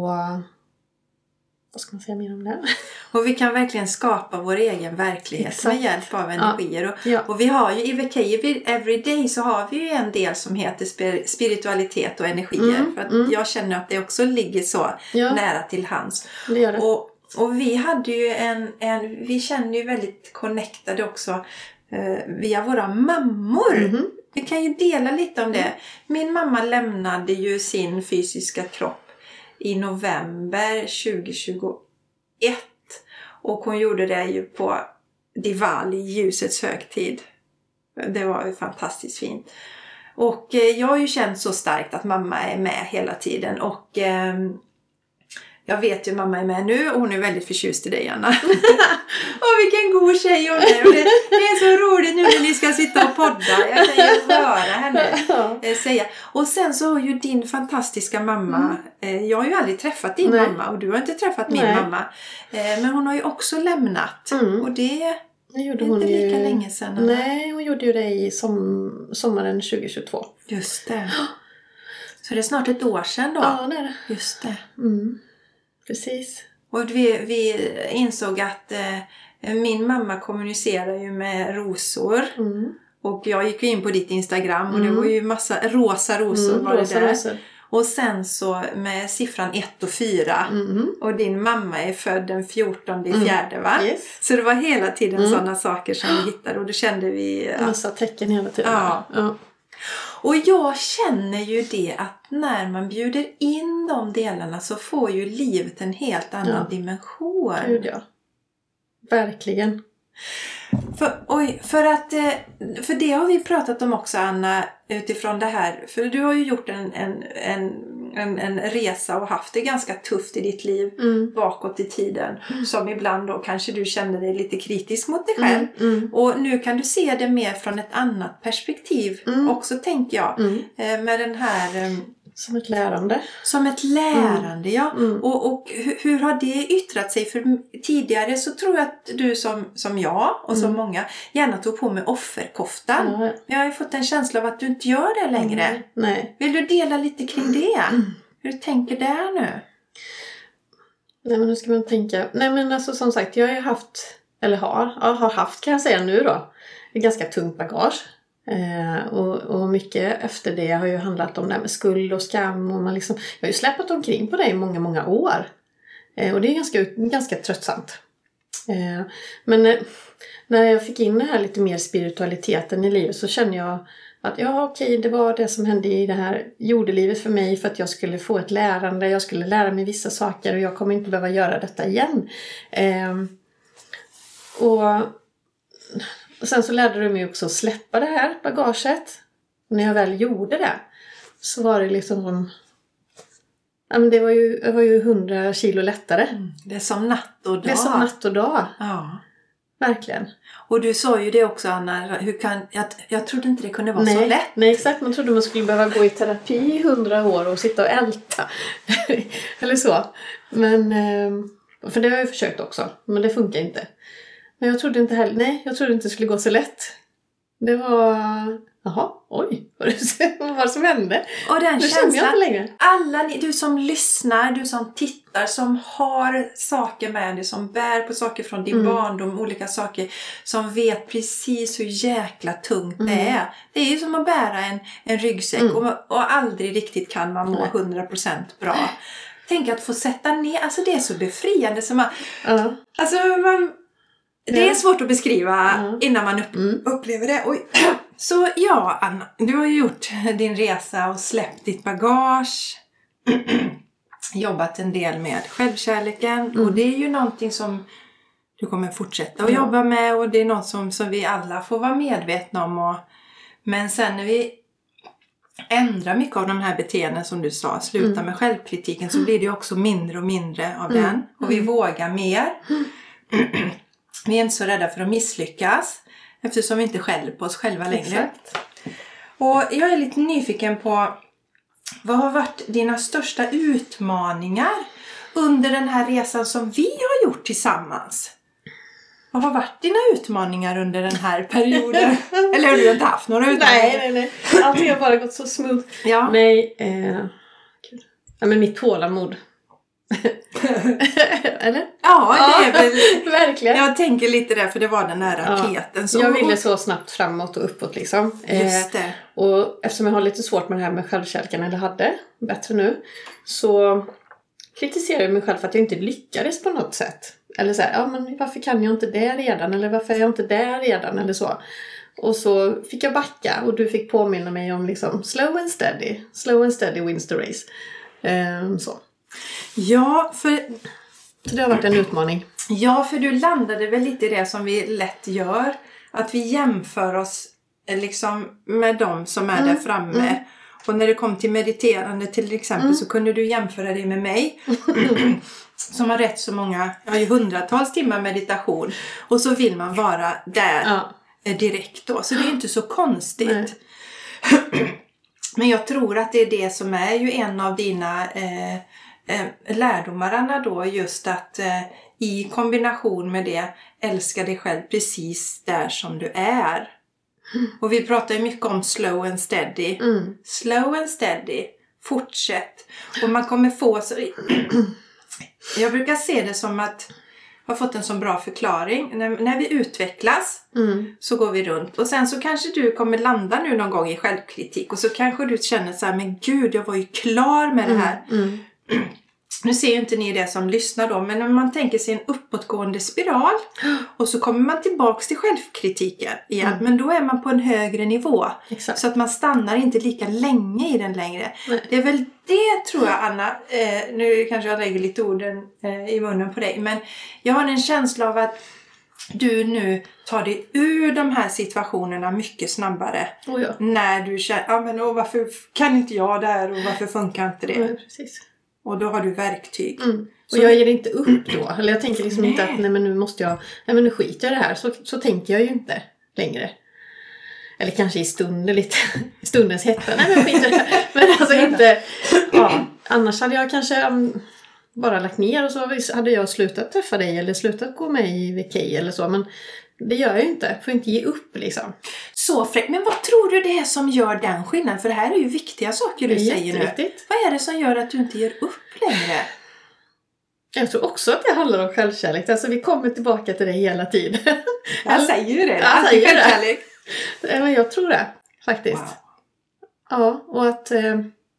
vad ska man säga mer om det? Och vi kan verkligen skapa vår egen verklighet Exakt. med hjälp av energier. Och, Ja. och vi har ju i V K Everyday så har vi ju en del som heter spir- spiritualitet och energier. Mm, För att mm. jag känner att det också ligger så Ja. nära till hands. Det gör det. Och, och vi hade ju en, en, vi känner ju väldigt connectade också eh, via våra mammor. Mhm. Vi kan ju dela lite om det. Min mamma lämnade ju sin fysiska kropp i november tjugohundratjugoett. Och hon gjorde det ju på Diwali, ljusets högtid. Det var ju fantastiskt fint. Och eh, jag har ju känt så starkt att mamma är med hela tiden. Och eh, jag vet ju mamma är med nu och hon är väldigt förtjust i dig, Anna. Åh, vilken god tjej hon är. Och det, det är så roligt nu när ni ska sitta och podda. Jag kan ju höra henne eh, säga. Och sen så har ju din fantastiska mamma. Eh, jag har ju aldrig träffat din Nej. mamma och du har inte träffat min Nej. mamma. Eh, men hon har ju också lämnut. Mm. Och det Det gjorde är hon inte lika ju... länge sedan. Anna. Nej, hon gjorde ju det i som... sommaren tjugohundratjugotvå. Just det. Så det är snart ett år sedan då. Ja, det är det. Just det. Mm. Precis. Och vi, vi insåg att eh, min mamma kommunicerar ju med rosor. Mm. Och jag gick in på ditt Instagram och det Mm. var ju massa rosa rosor Mm, var det rosa där. rosor. Och sen så med siffran ett och fyra. Mm. Och din mamma är född den fjortonde i Mm. fjärde, va? Yes. Så det var hela tiden Mm. sådana saker som vi hittade. Och då kände vi... En massa tecken hela tiden. Ja. Ja. Och jag känner ju det att när man bjuder in de delarna så får ju livet en helt annan Ja. dimension. Gud, ja. Verkligen. För, oj, för, att, eh, för det har vi pratat om också, Anna, utifrån det här. För du har ju gjort en, en, en, en, en resa och haft det ganska tufft i ditt liv Mm. bakåt i tiden. Som ibland då kanske du kände dig lite kritisk mot dig själv. Mm. Mm. Och nu kan du se det mer från ett annat perspektiv Mm. också, tänker jag. Mm. Eh, med den här... Eh, Som ett lärande. Som ett lärande, ja. Mm. Och, och hur, hur har det yttrat sig? För tidigare så tror jag att du som, som jag och som Mm. många gärna tog på med offerkoftan. Ja. Men jag har ju fått en känsla av att du inte gör det längre. Mm. Nej. Vill du dela lite kring det? Hur du tänker där nu? Nej, men hur ska man tänka? Nej, men alltså som sagt, jag har ju haft, eller har, ja, har haft kan jag säga nu då, ett ganska tungt bagage. Eh, och, och mycket efter det har ju handlat om det här med skuld och skam. Och man liksom, jag har ju släpat omkring på det i många, många år. Eh, och det är ganska, ganska tröttsamt. Eh, men eh, när jag fick in det här lite mer spiritualiteten i livet så känner jag att ja, okej, det var det som hände i det här jordelivet för mig för att jag skulle få ett lärande. Jag skulle lära mig vissa saker och jag kommer inte behöva göra detta igen. Eh, och... Och sen så lärde du mig också att släppa det här bagaget. Och när jag väl gjorde det så var det liksom som... Ja, men det var ju, det var ju hundra kilo lättare. Mm. Det är som natt och dag. Det är som natt och dag. Ja. Verkligen. Och du sa ju det också, Anna. Hur kan, jag, jag trodde inte det kunde vara nej, så lätt. Nej, exakt. Man trodde man skulle behöva gå i terapi i hundra år och sitta och älta. Eller så. Men... För det har jag ju försökt också. Men det funkar inte. Men jag trodde inte heller, nej, jag trodde inte det skulle gå så lätt. Det var, jaha, oj, vad var det som hände? Och den det känslan, jag inte längre. Alla ni, du som lyssnar, du som tittar, som har saker med dig, som bär på saker från din Mm. barndom, olika saker, som vet precis hur jäkla tungt Mm. det är. Det är ju som att bära en, en ryggsäck Mm. och, och aldrig riktigt kan man må Nej. hundra procent bra. Tänk att få sätta ner, alltså det är så befriande som man, Ja. alltså man... Det är svårt att beskriva Ja. innan man upp, Mm. upplever det. Oj. Så ja, Anna, du har ju gjort din resa och släppt ditt bagage. Jobbat en del med självkärleken. Mm. Och det är ju någonting som du kommer fortsätta att Ja. jobba med. Och det är något som, som vi alla får vara medvetna om. Och, men sen när vi ändrar mycket av de här beteenden som du sa, sluta Mm. med självkritiken, så blir det ju också mindre och mindre av Mm. den. Och vi Mm. vågar mer. Vi är inte så rädda för att misslyckas eftersom vi inte skäller på oss själva längre. Exakt. Och jag är lite nyfiken på vad har varit dina största utmaningar under den här resan som vi har gjort tillsammans? Vad har varit dina utmaningar under den här perioden? Eller har du inte haft några utmaningar? Nej, nej, nej. Allting har bara gått så smooth. Ja. Nej, eh, gud. Ja, men mitt tålamod. Eller? Ja, det är väl... Verkligen. Jag tänker lite där, för det var den här raketen. Ja, Så... jag ville så snabbt framåt och uppåt liksom. Just det. Eh, och eftersom jag har lite svårt med det här med självkärleken, eller hade, bättre nu, så kritiserar jag mig själv för att jag inte lyckades på något sätt. Eller så här, ja men varför kan jag inte det redan? Eller varför är jag inte där redan? Eller så. Och så fick jag backa och du fick påminna mig om liksom slow and steady. Slow and steady wins the race. Eh, så. Ja, för... Så det har varit en utmaning. Ja, för du landade väl lite i det som vi lätt gör. Att vi jämför oss liksom med dem som är Mm, där framme. mm. Och när det kom till mediterande till exempel Mm. så kunde du jämföra dig med mig. Som har rätt så många, jag har ju hundratals timmar meditation. Och så vill man vara där Ja. direkt då. Så det är ju inte så konstigt. Nej. Men jag tror att det är det som är ju en av dina eh, eh, lärdomarna då. Just att eh, i kombination med det älska dig själv precis där som du är. Mm. Och vi pratar ju mycket om slow and steady. Mm. Slow and steady. Fortsätt. Och man kommer få så... Jag brukar se det som att har fått en så bra förklaring. När, när vi utvecklas Mm. så går vi runt. Och sen så kanske du kommer landa nu någon gång i självkritik. Och så kanske du känner så här, men gud, jag var ju klar med det här. Mm. Mm. Nu ser ju inte ni det som lyssnar då. Men när man tänker sig en uppåtgående spiral. Och så kommer man tillbaks till självkritiken igen. Mm. Men då är man på en högre nivå. Exakt. Så att man stannar inte lika länge i den längre. Nej. Det är väl det, tror jag, Anna. Eh, nu kanske jag lägger lite orden eh, i munnen på dig. Men jag har en känsla av att du nu tar dig ur de här situationerna mycket snabbare. Oh ja. När du känner, ja men åh, varför kan inte jag där och varför funkar inte det? Ja, precis. Och då har du verktyg. Mm. Och Så jag ger inte upp då. Eller jag tänker liksom Nej. inte att nej men nu måste jag, nej men nu skiter jag i det här. Så, så tänker jag ju inte längre. Eller kanske i stunden lite, i stundens hetta. Nej men jag skiter i det här. Men alltså inte, ja. Annars hade jag kanske um, bara lagt ner och så hade jag slutat träffa dig eller slutat gå med i V K eller så. Men det gör jag ju inte. Får inte ge upp liksom. Så fräckt. Men vad tror du det är som gör den skillnaden? För det här är ju viktiga saker du Det är säger nu. jätteviktigt. Vad är det som gör att du inte ger upp längre? Jag tror också att det handlar om självkärlek. Alltså vi kommer tillbaka till det hela tiden. Jag säger ju det. Jag Alltid säger det. självkärlek. Nej, men jag tror det. Faktiskt. Wow. Ja, och att... Eh,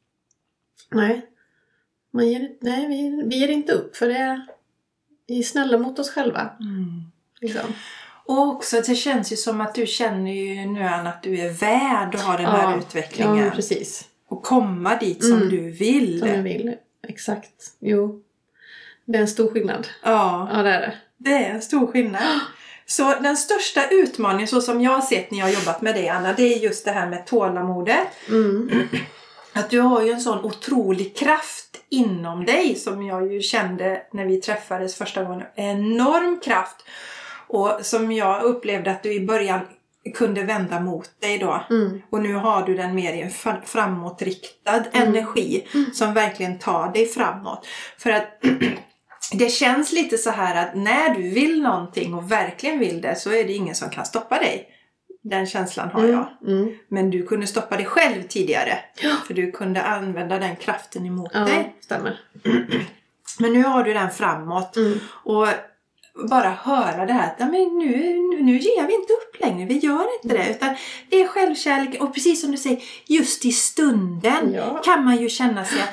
nej. Man ger, nej, vi, vi ger inte upp. För det är, vi är snälla mot oss själva. Mm. Liksom. Och också, det känns ju som att du känner ju nu att du är värd att ha den här Ja, utvecklingen. Ja, precis. Och komma dit som Mm. du vill. Som jag vill. Exakt. Jo. Det är en stor skillnad. Ja, Ja, det är det. det är en stor skillnad. Så den största utmaningen, så som jag har sett när jag har jobbat med dig, Anna, det är just det här med tålamodet. Mm. Att du har ju en sån otrolig kraft inom dig, som jag ju kände när vi träffades första gången. Enorm kraft. Och som jag upplevde att du i början kunde vända mot dig då. Mm. Och nu har du den mer i en fa- framåtriktad Mm. energi som verkligen tar dig framåt. För att det känns lite så här att när du vill någonting och verkligen vill det, så är det ingen som kan stoppa dig. Den känslan har jag. Mm. Mm. Men du kunde stoppa dig själv tidigare. Ja. För du kunde använda den kraften emot Ja, dig. stämmer. Men nu har du den framåt. Mm. Och bara höra det här. Att, ja, men nu, nu, nu ger vi inte upp längre. Vi gör inte det. Utan det är självkärlek. Och precis som du säger. Just i stunden Ja. kan man ju känna sig.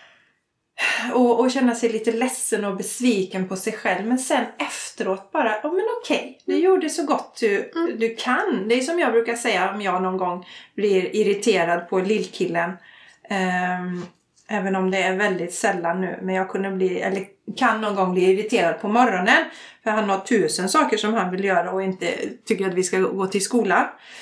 Och, och känna sig lite ledsen och besviken på sig själv. Men sen efteråt bara. Ja, men okej. Du gjorde så gott du, Mm. du kan. Det är som jag brukar säga. Om jag någon gång blir irriterad på lillkillen. Um, Även om det är väldigt sällan nu. Men jag kunde bli, eller kan någon gång bli irriterad på morgonen. För han har tusen saker som han vill göra. Och inte tycker att vi ska gå till skolan.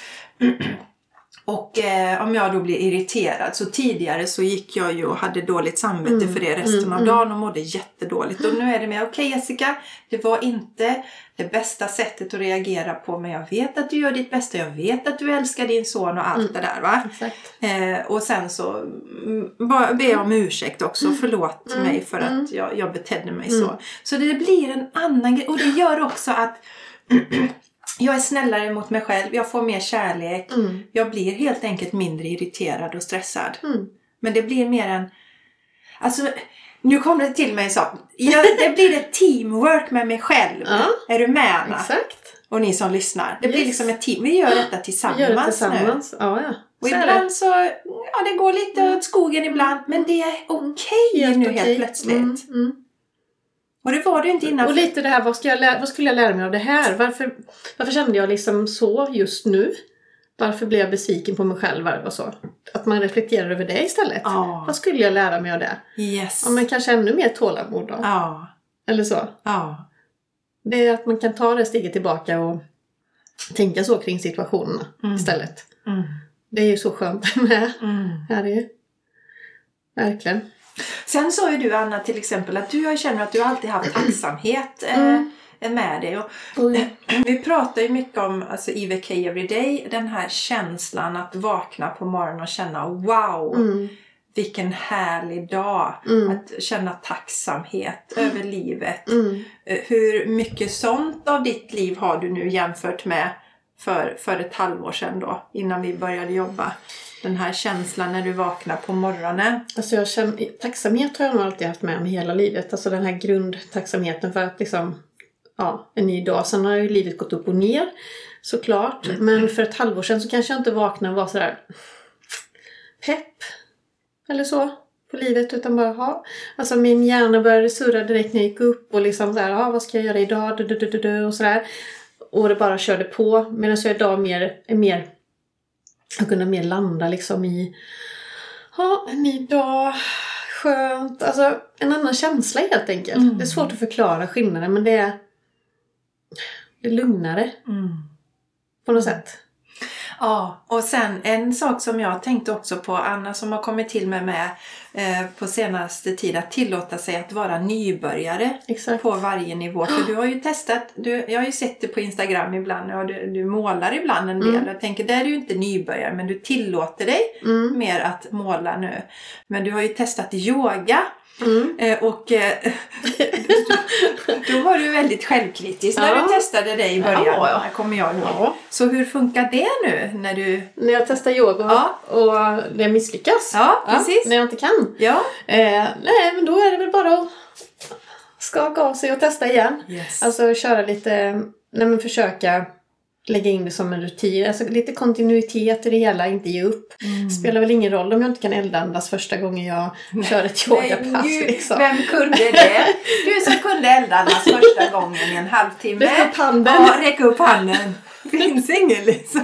Och eh, om jag då blir irriterad. Så tidigare så gick jag ju och hade dåligt samvete Mm, för det resten mm, av mm. dagen. Och mådde jättedåligt. Och nu är det med, okej okay, Jessica. Det var inte det bästa sättet att reagera på. Men jag vet att du gör ditt bästa. Jag vet att du älskar din son och allt Mm. det där, va? Exakt. Eh, och sen så mm, bara ber jag om ursäkt också. Förlåt Mm. mig för Mm. att jag, jag betedde mig Mm. så. Så det blir en annan grej. Och det gör också att jag är snällare mot mig själv. Jag får mer kärlek. Mm. Jag blir helt enkelt mindre irriterad och stressad. Mm. Men det blir mer en... Alltså, nu kommer det till mig en sak. Jag, det blir ett teamwork med mig själv. Ja. Är du med, Anna? Exakt. Och ni som lyssnar. Det blir Yes. liksom ett team. Vi gör detta tillsammans, Vi gör det nu. tillsammans. Ja, ja. Och Så är ibland det. så, ja det går lite åt skogen ibland. Men det är okej Helt nu okej. helt plötsligt. Mm, mm. Och det var det inte innan. Och lite det här, vad, ska jag lära, vad skulle jag lära mig av det här? Varför, varför kände jag liksom så just nu? Varför blev jag besviken på mig själv och så? Att man reflekterar över det istället. Ja. Vad skulle jag lära mig av det? Yes. Ja, men kanske ännu mer tålamod då. Ja. Eller så. Ja. Det är att man kan ta det steget tillbaka och tänka så kring situationerna Mm. istället. Mm. Det är ju så skönt med. Mm. Är det ju. Verkligen. Sen sa ju du, Anna, till exempel att du känner att du alltid haft tacksamhet eh, Mm. med dig. Och Oj. vi pratar ju mycket om, alltså E V K Everyday, den här känslan att vakna på morgonen och känna wow, Mm. vilken härlig dag. Mm. Att känna tacksamhet över livet. Mm. Eh, Hur mycket sånt av ditt liv har du nu jämfört med för, för ett halvår sedan då, innan vi började jobba? Den här känslan när du vaknar på morgonen. Alltså jag känner, tacksamhet har jag nog alltid haft med mig hela livet. Alltså den här grundtacksamheten för att liksom ja, en ny dag. Sen har ju livet gått upp och ner såklart. Mm. Men för ett halvår sedan så kanske jag inte vaknade och var sådär pepp eller så på livet, utan bara ha. Alltså min hjärna började surra direkt när jag gick upp och liksom såhär, ja, vad ska jag göra idag? Du, du, du, du, du, och sådär. Och det bara körde på. Medan jag idag mer, är mer, jag kunde mer landa liksom i, ja, en ny dag, skönt. Alltså en annan känsla helt enkelt. Mm. Det är svårt att förklara skillnaden, men det är, det är lugnare. Mm. På något sätt. Ja, och sen en sak som jag tänkte också på, Anna, som har kommit till med med eh, på senaste tid, att tillåta sig att vara nybörjare. Exakt. På varje nivå. För du har ju testat, du, jag har ju sett det på Instagram ibland och du, du målar ibland en del. Mm. Jag tänker, där är du ju inte nybörjare, men du tillåter dig mm. mer att måla nu. Men du har ju testat yoga. Mm. Eh, och eh, då var du väldigt självkritisk när ja. du testade det i början. Ja, ja. Kommer jag ihåg. Ja. Så hur funkar det nu när du... När jag testar yoga ja. och det misslyckas. Ja, precis. Ja, när jag inte kan. Ja. Eh, nej, men då är det väl bara att skaka av sig och testa igen. Yes. Alltså köra lite... Nej, men försöka lägga in det som en rutin. Alltså lite kontinuitet i det hela, inte ge upp. Mm. Spelar väl ingen roll om jag inte kan eldandas första gången jag kör ett yogapass. Liksom. Vem kunde det? Du som kunde eldandas första gången i en halvtimme. Räck upp handen. Ja, räck upp handen. Finns ingen liksom.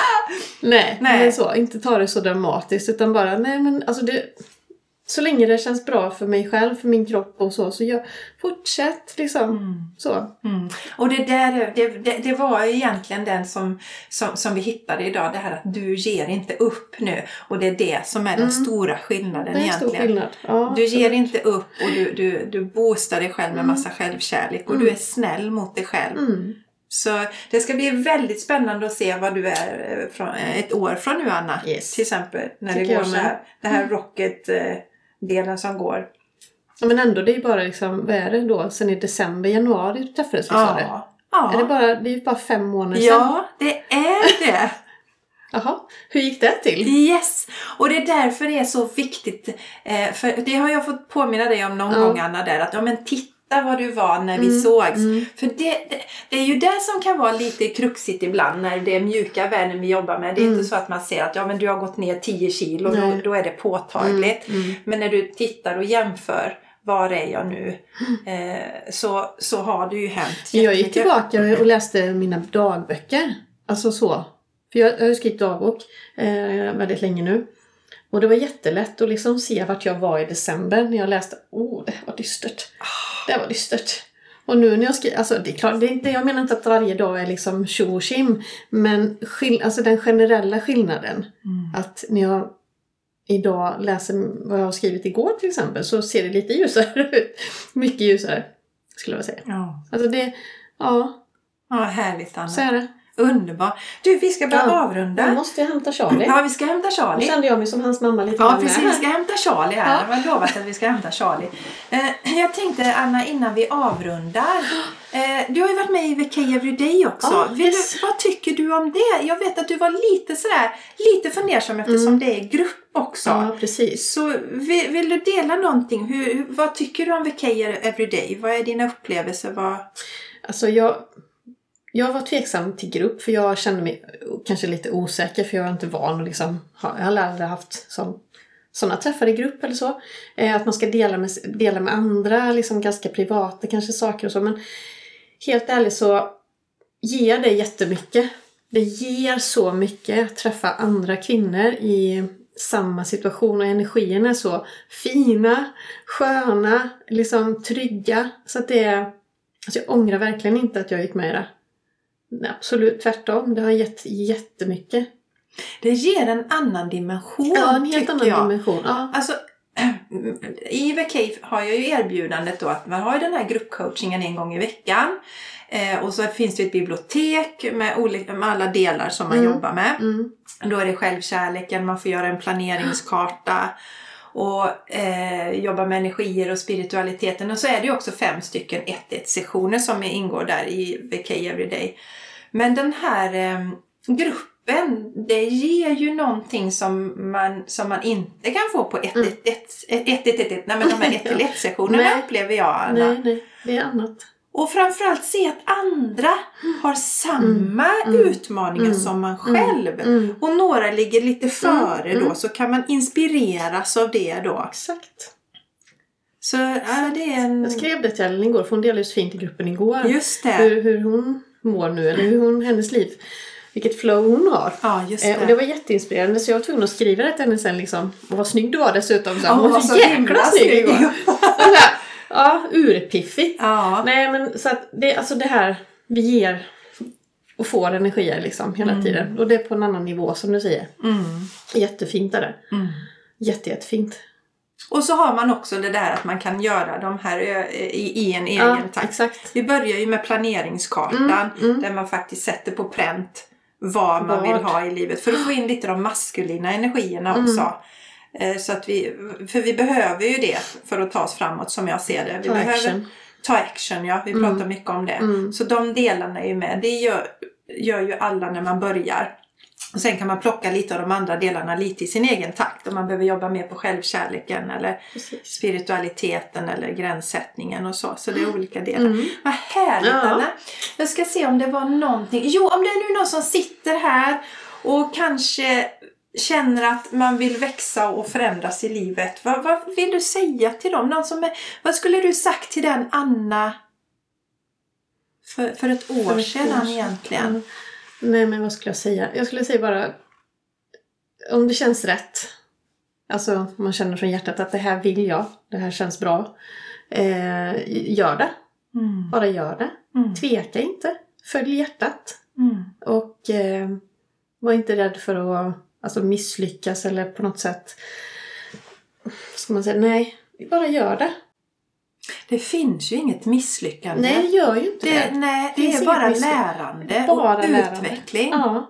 nej, nej. Men så. Inte ta det så dramatiskt. Utan bara, nej men alltså det... Så länge det känns bra för mig själv, för min kropp och så. Så jag fortsätt liksom. Mm. Så. Mm. Och det där, det, det, det var ju egentligen den som, som, som vi hittade idag. Det här att du ger inte upp nu. Och det är det som är den mm. stora skillnaden det är egentligen. Stor skillnad. Ja, du ger inte upp och du, du, du boostar dig själv med massa självkärlek. Och mm. du är snäll mot dig själv. Mm. Så det ska bli väldigt spännande att se vad du är från, ett år från nu, Anna. Yes. Till exempel när det går så här, det här rocket delen som går. Ja, men ändå, det är bara liksom, vad är det då? Sen i december, januari träffades vi, ja. sa det. Ja. Är det, bara, det är ju bara fem månader sedan. Ja, det är det. Jaha, hur gick det till? Yes, och det är därför det är så viktigt. För det har jag fått påminna dig om någon ja. gång, Anna, där att ja, men titta vad du var när vi mm, sågs. Mm. För det, det, det är ju det som kan vara lite kruxigt ibland när det är mjuka vänner vi jobbar med. Det är mm. inte så att man ser att ja, men du har gått ner tio kilo och då, då är det påtagligt. Mm, mm. Men när du tittar och jämför, var är jag nu? Mm. Eh, så, så har det ju hänt. Jag gick tillbaka och läste mina dagböcker. Alltså så. För jag, jag har ju skrivit dagbok eh, väldigt länge nu. Och det var jättelätt att liksom se vart jag var i december när jag läste. Åh, oh, det var dystert. Det var dystert. Och nu när jag skriver, alltså det är klart, det är inte, jag menar inte att varje dag är liksom tjo och tjim. Men skill, alltså den generella skillnaden. Mm. Att när jag idag läser vad jag har skrivit igår till exempel, så ser det lite ljusare ut. Mycket ljusare, skulle jag säga. Ja. Alltså det, ja. Ja, härligt, Anna. Så är det. Underbar. Du, vi ska börja ja, avrunda. Nu måste jag hämta Charlie. Ja, vi ska hämta Charlie. Nu kände jag mig som hans mamma lite. Ja, precis. Vi ska hämta Charlie här. Ja. Jag har lovat att vi ska hämta Charlie. Eh, jag tänkte, Anna, innan vi avrundar. Eh, du har ju varit med i V K Everyday också. Ja, Vill yes. du, vad tycker du om det? Jag vet att du var lite sådär, lite fundersam eftersom mm. det är grupp också. Ja, precis. Så vill, vill du dela någonting? Hur, vad tycker du om V K Everyday? Vad är dina upplevelser? Vad... Alltså jag... Jag var tveksam till grupp för jag kände mig kanske lite osäker för jag var inte van att liksom, jag har aldrig haft sån, sådana träffar i grupp eller så. Eh, att man ska dela med, dela med andra, liksom ganska privata kanske saker och så. Men helt ärligt så ger det jättemycket. Det ger så mycket att träffa andra kvinnor i samma situation och energierna är så fina, sköna, liksom trygga. Så att det är, alltså jag ångrar verkligen inte att jag gick med i det. Absolut, tvärtom. Det har gett jättemycket. Det ger en annan dimension. Ja, en helt annan jag. dimension. Ja. Alltså, i V K har jag ju erbjudandet då att man har ju den här gruppcoachingen en gång i veckan. Eh, och så finns det ett bibliotek med, olika, med alla delar som man mm. jobbar med. Mm. Då är det självkärleken, man får göra en planeringskarta. Och eh, jobba med energier och spiritualiteten. Och så är det ju också fem stycken ett ett sessioner som ingår där i V K Everyday. Men den här eh, gruppen, det ger ju någonting som man, som man inte kan få på ett ett ett. Nej, men de här ett till ett sessionerna upplever jag, Anna. Nej, nej, det är annat. Och framförallt se att andra har samma mm. utmaningar mm. som man själv. Mm. Och några ligger lite före mm. då. Så kan man inspireras av det då. Exakt. Så ja, det är en... Jag skrev det till Ellen igår. För hon delade ju så fint i gruppen igår. Just det. Hur, hur hon mår nu. Eller hur hon, hennes liv. Vilket flow hon har. Ja, just det. Eh, och det var jätteinspirerande. Så jag var tvungen att skriva det till henne sen liksom. Och vad snygg du var dessutom. Så. Ja, hon var så jäkla snygg igår. Ja, urpiffigt. Ja. Nej, men så att det, alltså det här vi ger och får energier liksom hela mm. tiden. Och det är på en annan nivå som du säger. Mm. Jättefint är det. Mm. Jätte, jättefint. Och så har man också det där att man kan göra de här i, i en egen ja, takt. Exakt. Vi börjar ju med planeringskartan mm. Mm. där man faktiskt sätter på pränt vad man Vad? vill ha i livet. För att få in lite de maskulina energierna också. Mm. Så att vi, för vi behöver ju det för att ta oss framåt som jag ser det. Vi ta behöver action. Ta action, ja. Vi Mm. pratar mycket om det. Mm. Så de delarna är ju med. Det gör, gör ju alla när man börjar. Och sen kan man plocka lite av de andra delarna lite i sin egen takt. Om man behöver jobba mer på självkärleken eller Precis. spiritualiteten eller gränssättningen och så. Så det är olika delar. Mm. Vad härligt, Ja. Anna. Jag ska se om det var någonting. Jo, om det är nu någon som sitter här och kanske känner att man vill växa och förändras i livet. Vad, vad vill du säga till dem? Någon som är, vad skulle du sagt till den Anna för, för ett år för ett sedan år egentligen? Mm. Nej, men vad skulle jag säga? Jag skulle säga bara om det känns rätt. Alltså man känner från hjärtat att det här vill jag. Det här känns bra. Eh, gör det. Mm. Bara gör det. Mm. Tveka inte. Följ hjärtat. Mm. Och eh, var inte rädd för att alltså, misslyckas eller på något sätt. Ska man säga nej. Bara gör det. Det finns ju inget misslyckande. Nej, det gör ju inte det. det nej, det, det är bara lärande bara och lärande. utveckling. Ja.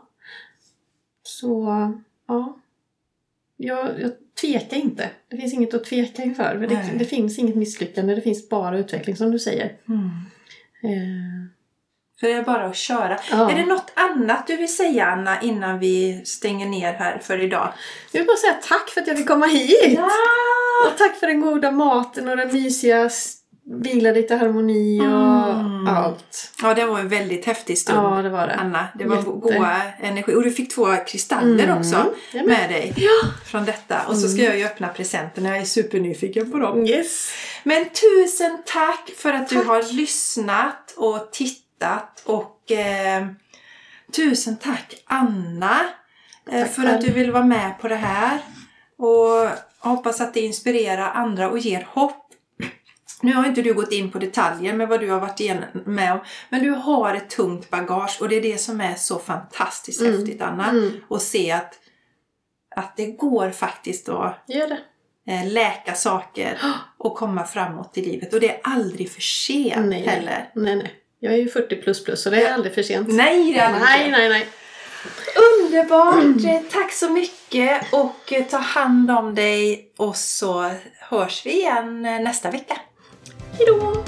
Så, ja. Jag, jag tvekar inte. Det finns inget att tveka inför. Det, det finns inget misslyckande. Det finns bara utveckling som du säger. Mm. Eh. Så det är bara att köra. Ja. Är det något annat du vill säga, Anna, innan vi stänger ner här för idag? Jag vill bara säga tack för att jag fick komma hit. Ja! Och tack för den goda maten och den mysiga vila lite harmoni och mm. allt. Ja, det var en väldigt häftig stund. Ja, det var det. Anna, det var Jätte. goda energi. Och du fick två kristaller mm. också Jamen. med dig. Ja. Från detta. Och så ska jag ju öppna presenten. Jag är supernyfiken på dem. Yes. Men tusen tack för att tack. du har lyssnat och tittat. Och eh, tusen tack, Anna. Eh, tack för själv. att du vill vara med på det här. Och hoppas att det inspirerar andra och ger hopp. Nu har inte du gått in på detaljer med vad du har varit med om. Men du har ett tungt bagage. Och det är det som är så fantastiskt mm. häftigt, Anna. Mm. Och se att, att det går faktiskt att Gör det. eh, läka saker. Och komma framåt i livet. Och det är aldrig för sent nej. heller. Nej, nej. Jag är ju fyrtio plus plus så det är aldrig för sent. Nej, det är aldrig nej, nej, nej. Underbart! Mm. Tack så mycket. Och eh, ta hand om dig. Och så hörs vi igen nästa vecka. Hejdå!